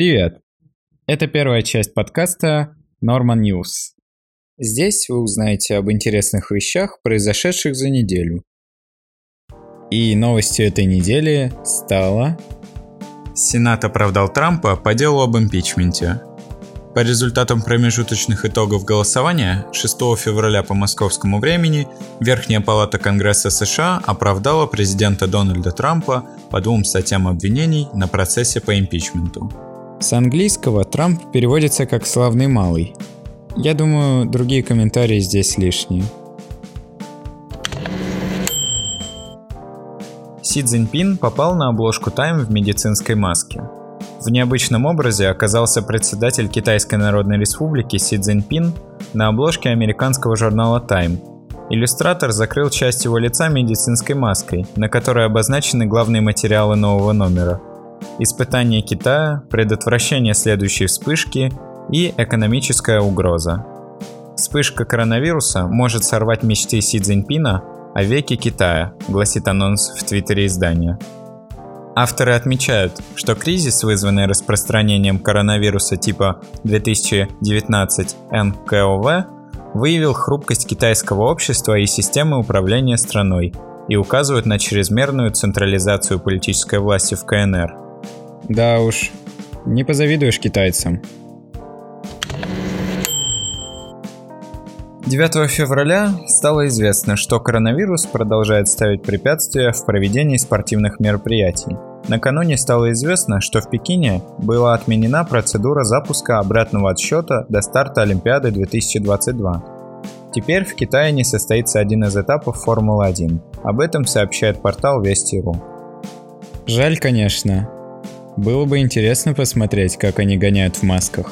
Привет! Это первая часть подкаста Norman News. Здесь вы узнаете об интересных вещах, произошедших за неделю. И новостью этой недели стало... Сенат оправдал Трампа по делу об импичменте. По результатам промежуточных итогов голосования 6 февраля по московскому времени Верхняя палата Конгресса США оправдала президента Дональда Трампа по 2 статьям обвинений на процессе по импичменту. С английского Трамп переводится как «славный малый». Я думаю, другие комментарии здесь лишние. Си Цзиньпин попал на обложку Time в медицинской маске. В необычном образе оказался председатель Китайской Народной Республики Си Цзиньпин на обложке американского журнала Time. Иллюстратор закрыл часть его лица медицинской маской, на которой обозначены главные материалы нового номера: испытание Китая, предотвращение следующей вспышки и экономическая угроза. Вспышка коронавируса может сорвать мечты Си Цзиньпина о веке Китая, гласит анонс в твиттере издания. Авторы отмечают, что кризис, вызванный распространением коронавируса типа 2019 НКОВ, выявил хрупкость китайского общества и системы управления страной и указывают на чрезмерную централизацию политической власти в КНР. Да уж, не позавидуешь китайцам. 9 февраля стало известно, что коронавирус продолжает ставить препятствия в проведении спортивных мероприятий. Накануне стало известно, что в Пекине была отменена процедура запуска обратного отсчета до старта Олимпиады 2022. Теперь в Китае не состоится один из этапов Формулы-1. Об этом сообщает портал Вести.ру. Жаль, конечно. Было бы интересно посмотреть, как они гоняют в масках.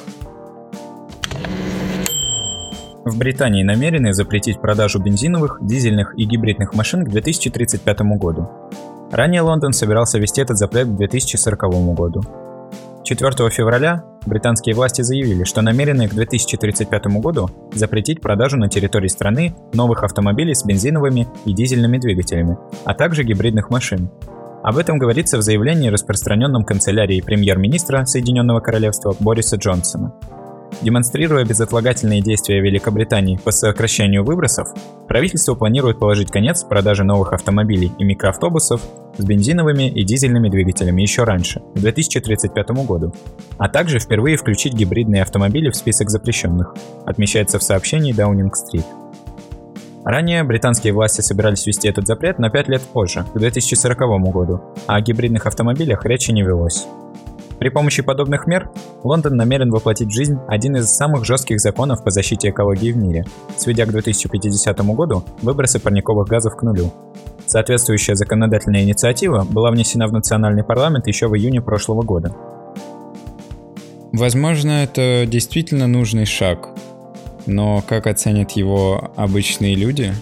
В Британии намерены запретить продажу бензиновых, дизельных и гибридных машин к 2035 году. Ранее Лондон собирался ввести этот запрет к 2040 году. 4 февраля британские власти заявили, что намерены к 2035 году запретить продажу на территории страны новых автомобилей с бензиновыми и дизельными двигателями, а также гибридных машин. Об этом говорится в заявлении, распространенном канцелярией премьер-министра Соединенного Королевства Бориса Джонсона. Демонстрируя безотлагательные действия Великобритании по сокращению выбросов, правительство планирует положить конец продаже новых автомобилей и микроавтобусов с бензиновыми и дизельными двигателями еще раньше, к 2035 году, а также впервые включить гибридные автомобили в список запрещенных, отмечается в сообщении Даунинг-стрит. Ранее британские власти собирались ввести этот запрет на 5 лет позже, к 2040 году, а о гибридных автомобилях речи не велось. При помощи подобных мер Лондон намерен воплотить в жизнь один из самых жестких законов по защите экологии в мире, сведя к 2050 году выбросы парниковых газов к нулю. Соответствующая законодательная инициатива была внесена в национальный парламент еще в июне прошлого года. Возможно, это действительно нужный шаг, но как оценят его обычные люди?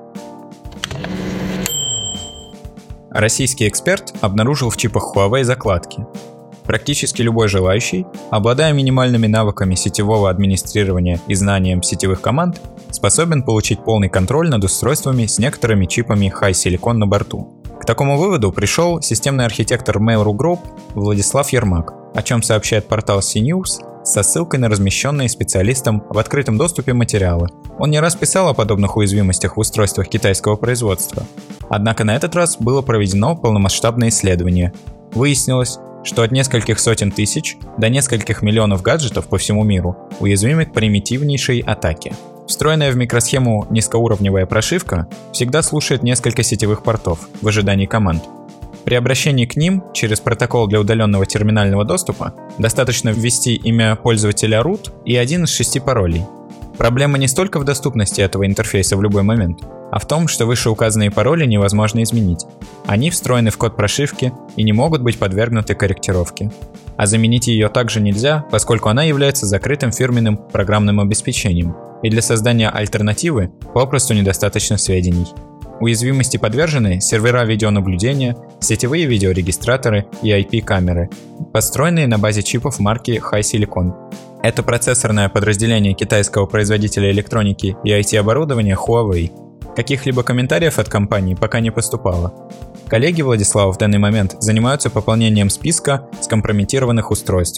Российский эксперт обнаружил в чипах Huawei закладки. Практически любой желающий, обладая минимальными навыками сетевого администрирования и знанием сетевых команд, способен получить полный контроль над устройствами с некоторыми чипами HiSilicon на борту. К такому выводу пришел системный архитектор Mail.ru Group Владислав Ермак, о чем сообщает портал CNews со ссылкой на размещенные специалистом в открытом доступе материалы. Он не раз писал о подобных уязвимостях в устройствах китайского производства. Однако на этот раз было проведено полномасштабное исследование. Выяснилось, что от нескольких сотен тысяч до нескольких миллионов гаджетов по всему миру уязвимы к примитивнейшей атаке. Встроенная в микросхему низкоуровневая прошивка всегда слушает несколько сетевых портов в ожидании команд. При обращении к ним через протокол для удаленного терминального доступа достаточно ввести имя пользователя root и один из 6 паролей. Проблема не столько в доступности этого интерфейса в любой момент, а в том, что вышеуказанные пароли невозможно изменить. Они встроены в код прошивки и не могут быть подвергнуты корректировке. А заменить ее также нельзя, поскольку она является закрытым фирменным программным обеспечением, и для создания альтернативы попросту недостаточно сведений. Уязвимости подвержены сервера видеонаблюдения, сетевые видеорегистраторы и IP-камеры, построенные на базе чипов марки HiSilicon. Это процессорное подразделение китайского производителя электроники и IT-оборудования Huawei. Каких-либо комментариев от компании пока не поступало. Коллеги Владислава в данный момент занимаются пополнением списка скомпрометированных устройств.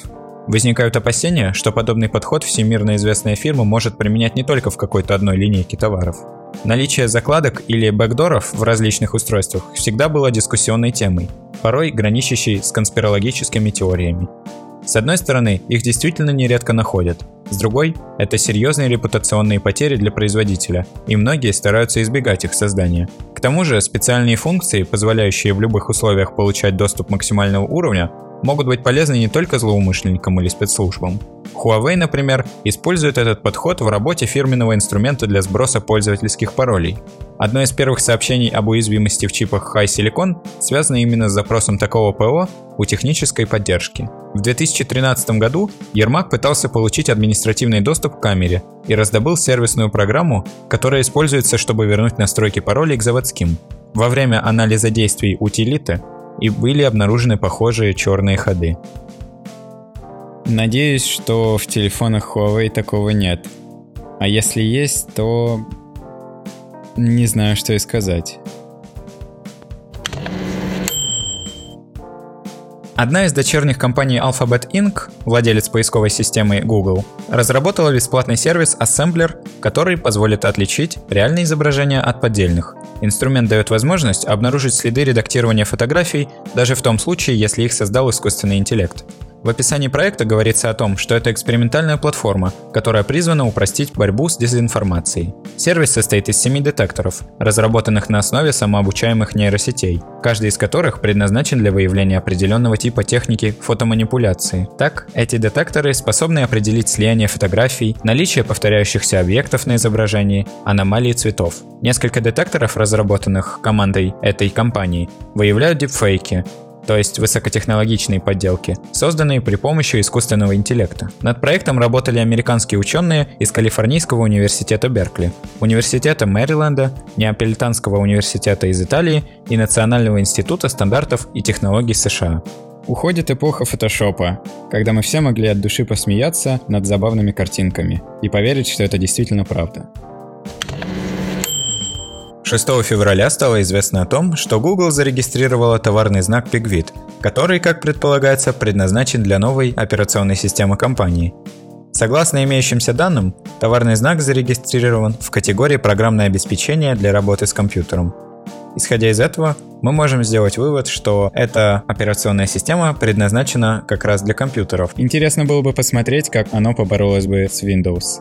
Возникают опасения, что подобный подход всемирно известная фирма может применять не только в какой-то одной линейке товаров. Наличие закладок или бэкдоров в различных устройствах всегда было дискуссионной темой, порой граничащей с конспирологическими теориями. С одной стороны, их действительно нередко находят. С другой, это серьезные репутационные потери для производителя, и многие стараются избегать их создания. К тому же, специальные функции, позволяющие в любых условиях получать доступ максимального уровня, могут быть полезны не только злоумышленникам или спецслужбам. Huawei, например, использует этот подход в работе фирменного инструмента для сброса пользовательских паролей. Одно из первых сообщений об уязвимости в чипах HiSilicon связано именно с запросом такого ПО у технической поддержки. В 2013 году Ермак пытался получить административный доступ к камере и раздобыл сервисную программу, которая используется, чтобы вернуть настройки паролей к заводским. Во время анализа действий утилиты и были обнаружены похожие черные ходы. Надеюсь, что в телефонах Huawei такого нет. А если есть, то не знаю, что и сказать. Одна из дочерних компаний Alphabet Inc., владелец поисковой системы Google, разработала бесплатный сервис Assembler, который позволит отличить реальные изображения от поддельных. Инструмент дает возможность обнаружить следы редактирования фотографий даже в том случае, если их создал искусственный интеллект. В описании проекта говорится о том, что это экспериментальная платформа, которая призвана упростить борьбу с дезинформацией. Сервис состоит из 7 детекторов, разработанных на основе самообучаемых нейросетей, каждый из которых предназначен для выявления определенного типа техники фотоманипуляции. Так, эти детекторы способны определить слияние фотографий, наличие повторяющихся объектов на изображении, аномалии цветов. Несколько детекторов, разработанных командой этой компании, выявляют дипфейки, то есть высокотехнологичные подделки, созданные при помощи искусственного интеллекта. Над проектом работали американские ученые из Калифорнийского университета Беркли, Университета Мэриленда, Неаполитанского университета из Италии и Национального института стандартов и технологий США. Уходит эпоха фотошопа, когда мы все могли от души посмеяться над забавными картинками и поверить, что это действительно правда. 6 февраля стало известно о том, что Google зарегистрировала товарный знак Pigwit, который, как предполагается, предназначен для новой операционной системы компании. Согласно имеющимся данным, товарный знак зарегистрирован в категории «Программное обеспечение для работы с компьютером». Исходя из этого, мы можем сделать вывод, что эта операционная система предназначена как раз для компьютеров. Интересно было бы посмотреть, как оно поборолось бы с Windows.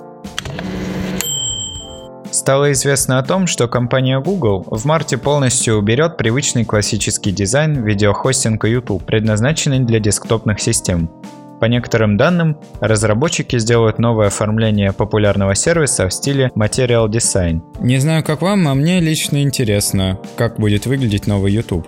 Стало известно о том, что компания Google в марте полностью уберет привычный классический дизайн видеохостинга YouTube, предназначенный для десктопных систем. По некоторым данным, разработчики сделают новое оформление популярного сервиса в стиле Material Design. Не знаю, как вам, а мне лично интересно, как будет выглядеть новый YouTube.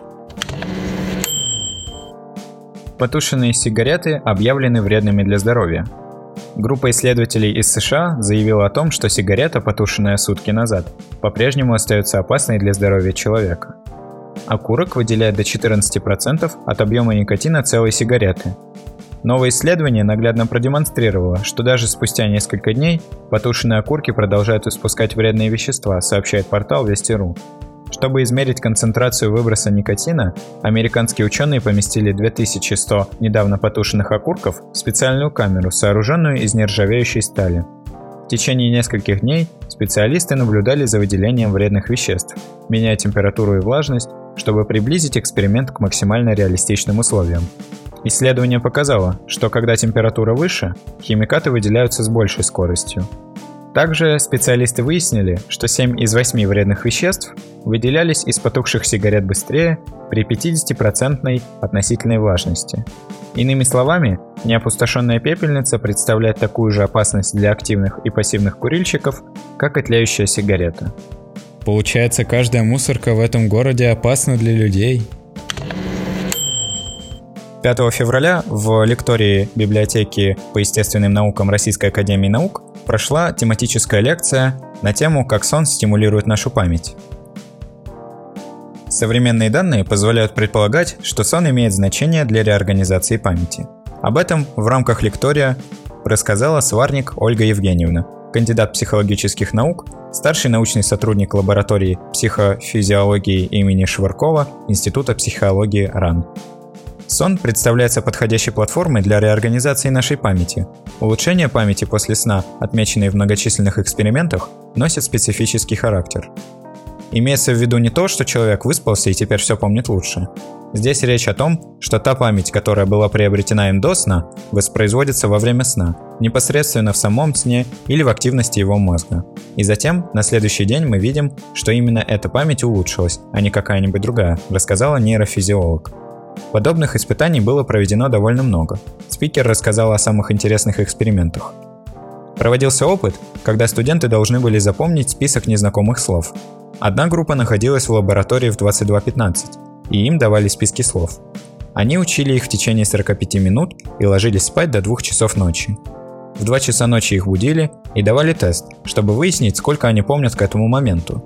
Потушенные сигареты объявлены вредными для здоровья. Группа исследователей из США заявила о том, что сигарета, потушенная сутки назад, по-прежнему остается опасной для здоровья человека. Окурок выделяет до 14% от объема никотина целой сигареты. Новое исследование наглядно продемонстрировало, что даже спустя несколько дней потушенные окурки продолжают испускать вредные вещества, сообщает портал Вести.ру. Чтобы измерить концентрацию выброса никотина, американские ученые поместили 2100 недавно потушенных окурков в специальную камеру, сооруженную из нержавеющей стали. В течение нескольких дней специалисты наблюдали за выделением вредных веществ, меняя температуру и влажность, чтобы приблизить эксперимент к максимально реалистичным условиям. Исследование показало, что когда температура выше, химикаты выделяются с большей скоростью. Также специалисты выяснили, что 7 из 8 вредных веществ выделялись из потухших сигарет быстрее при 50% относительной влажности. Иными словами, неопустошенная пепельница представляет такую же опасность для активных и пассивных курильщиков, как и тлеющая сигарета. Получается, каждая мусорка в этом городе опасна для людей. 5 февраля в лектории библиотеки по естественным наукам Российской академии наук прошла тематическая лекция на тему «Как сон стимулирует нашу память». Современные данные позволяют предполагать, что сон имеет значение для реорганизации памяти. Об этом в рамках лектория рассказала Сварник Ольга Евгеньевна, кандидат психологических наук, старший научный сотрудник лаборатории психофизиологии имени Швыркова Института психологии РАН. Сон представляется подходящей платформой для реорганизации нашей памяти. Улучшение памяти после сна, отмеченные в многочисленных экспериментах, носят специфический характер. Имеется в виду не то, что человек выспался и теперь все помнит лучше. Здесь речь о том, что та память, которая была приобретена им до сна, воспроизводится во время сна, непосредственно в самом сне или в активности его мозга. И затем, на следующий день мы видим, что именно эта память улучшилась, а не какая-нибудь другая, рассказала нейрофизиолог. Подобных испытаний было проведено довольно много. Спикер рассказал о самых интересных экспериментах. Проводился опыт, когда студенты должны были запомнить список незнакомых слов. Одна группа находилась в лаборатории в 22:15, и им давали списки слов. Они учили их в течение 45 минут и ложились спать до 2 часов ночи. В 2 часа ночи их будили и давали тест, чтобы выяснить, сколько они помнят к этому моменту.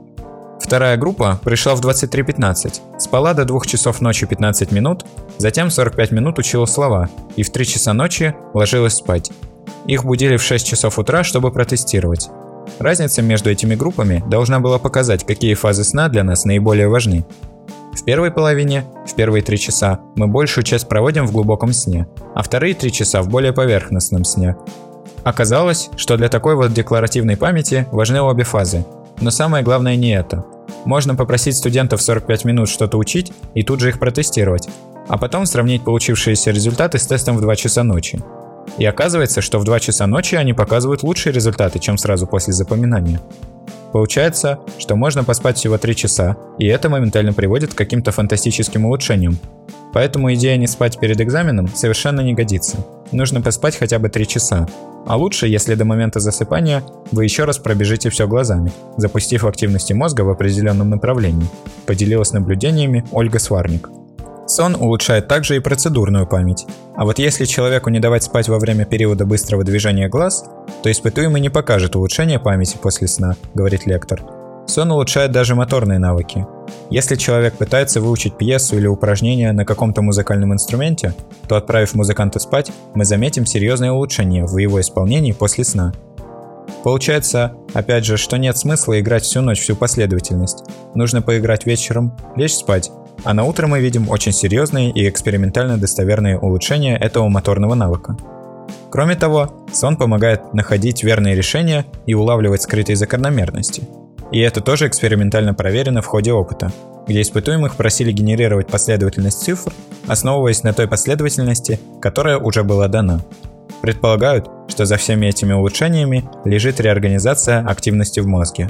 Вторая группа пришла в 23:15, спала до 2 часов ночи 15 минут, затем 45 минут учила слова и в 3 часа ночи ложилась спать. Их будили в 6 часов утра, чтобы протестировать. Разница между этими группами должна была показать, какие фазы сна для нас наиболее важны. В первой половине, в первые 3 часа, мы большую часть проводим в глубоком сне, а вторые 3 часа в более поверхностном сне. Оказалось, что для такой вот декларативной памяти важны обе фазы. Но самое главное не это. Можно попросить студентов 45 минут что-то учить и тут же их протестировать, а потом сравнить получившиеся результаты с тестом в 2 часа ночи. И оказывается, что в 2 часа ночи они показывают лучшие результаты, чем сразу после запоминания. Получается, что можно поспать всего 3 часа, и это моментально приводит к каким-то фантастическим улучшениям. Поэтому идея не спать перед экзаменом совершенно не годится. Нужно поспать хотя бы 3 часа. А лучше, если до момента засыпания вы еще раз пробежите все глазами, запустив активности мозга в определенном направлении, поделилась наблюдениями Ольга Сварник. Сон улучшает также и процедурную память. А вот если человеку не давать спать во время периода быстрого движения глаз, то испытуемый не покажет улучшение памяти после сна, говорит лектор. Сон улучшает даже моторные навыки. Если человек пытается выучить пьесу или упражнение на каком-то музыкальном инструменте, то, отправив музыканта спать, мы заметим серьезное улучшение в его исполнении после сна. Получается, опять же, что нет смысла играть всю ночь всю последовательность. Нужно поиграть вечером, лечь спать, а на утро мы видим очень серьезные и экспериментально достоверные улучшения этого моторного навыка. Кроме того, сон помогает находить верные решения и улавливать скрытые закономерности. И это тоже экспериментально проверено в ходе опыта, где испытуемых просили генерировать последовательность цифр, основываясь на той последовательности, которая уже была дана. Предполагают, что за всеми этими улучшениями лежит реорганизация активности в мозге.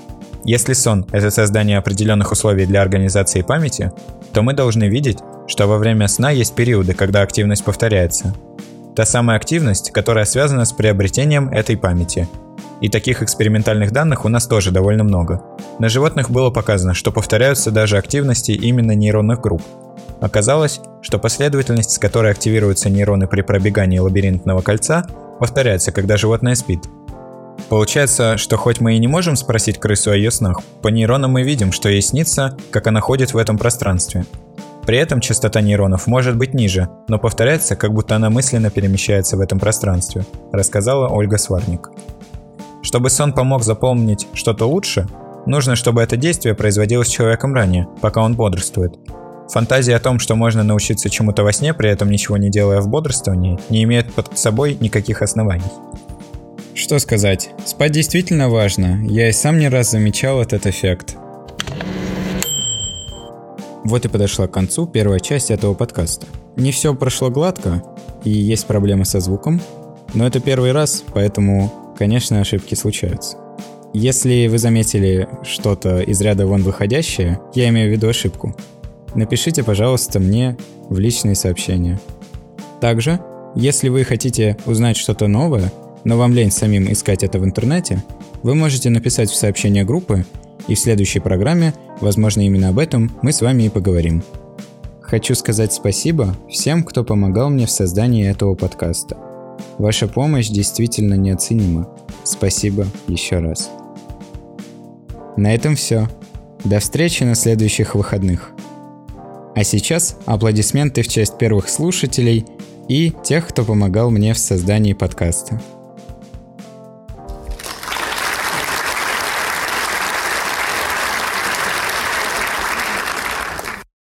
Если сон – это создание определенных условий для организации памяти, то мы должны видеть, что во время сна есть периоды, когда активность повторяется. Та самая активность, которая связана с приобретением этой памяти. И таких экспериментальных данных у нас тоже довольно много. На животных было показано, что повторяются даже активности именно нейронных групп. Оказалось, что последовательность, с которой активируются нейроны при пробегании лабиринтного кольца, повторяется, когда животное спит. Получается, что хоть мы и не можем спросить крысу о ее снах, по нейронам мы видим, что ей снится, как она ходит в этом пространстве. При этом частота нейронов может быть ниже, но повторяется, как будто она мысленно перемещается в этом пространстве, рассказала Ольга Сварник. Чтобы сон помог запомнить что-то лучше, нужно, чтобы это действие производилось человеком ранее, пока он бодрствует. Фантазия о том, что можно научиться чему-то во сне, при этом ничего не делая в бодрствовании, не имеет под собой никаких оснований. Что сказать? Спать действительно важно. Я и сам не раз замечал этот эффект. Вот и подошла к концу первая часть этого подкаста. Не все прошло гладко, и есть проблемы со звуком, но это первый раз, поэтому, конечно, ошибки случаются. Если вы заметили что-то из ряда вон выходящее, я имею в виду ошибку, напишите, пожалуйста, мне в личные сообщения. Также, если вы хотите узнать что-то новое, но вам лень самим искать это в интернете, вы можете написать в сообщение группы, и в следующей программе, возможно, именно об этом мы с вами и поговорим. Хочу сказать спасибо всем, кто помогал мне в создании этого подкаста. Ваша помощь действительно неоценима. Спасибо еще раз. На этом все. До встречи на следующих выходных. А сейчас аплодисменты в честь первых слушателей и тех, кто помогал мне в создании подкаста.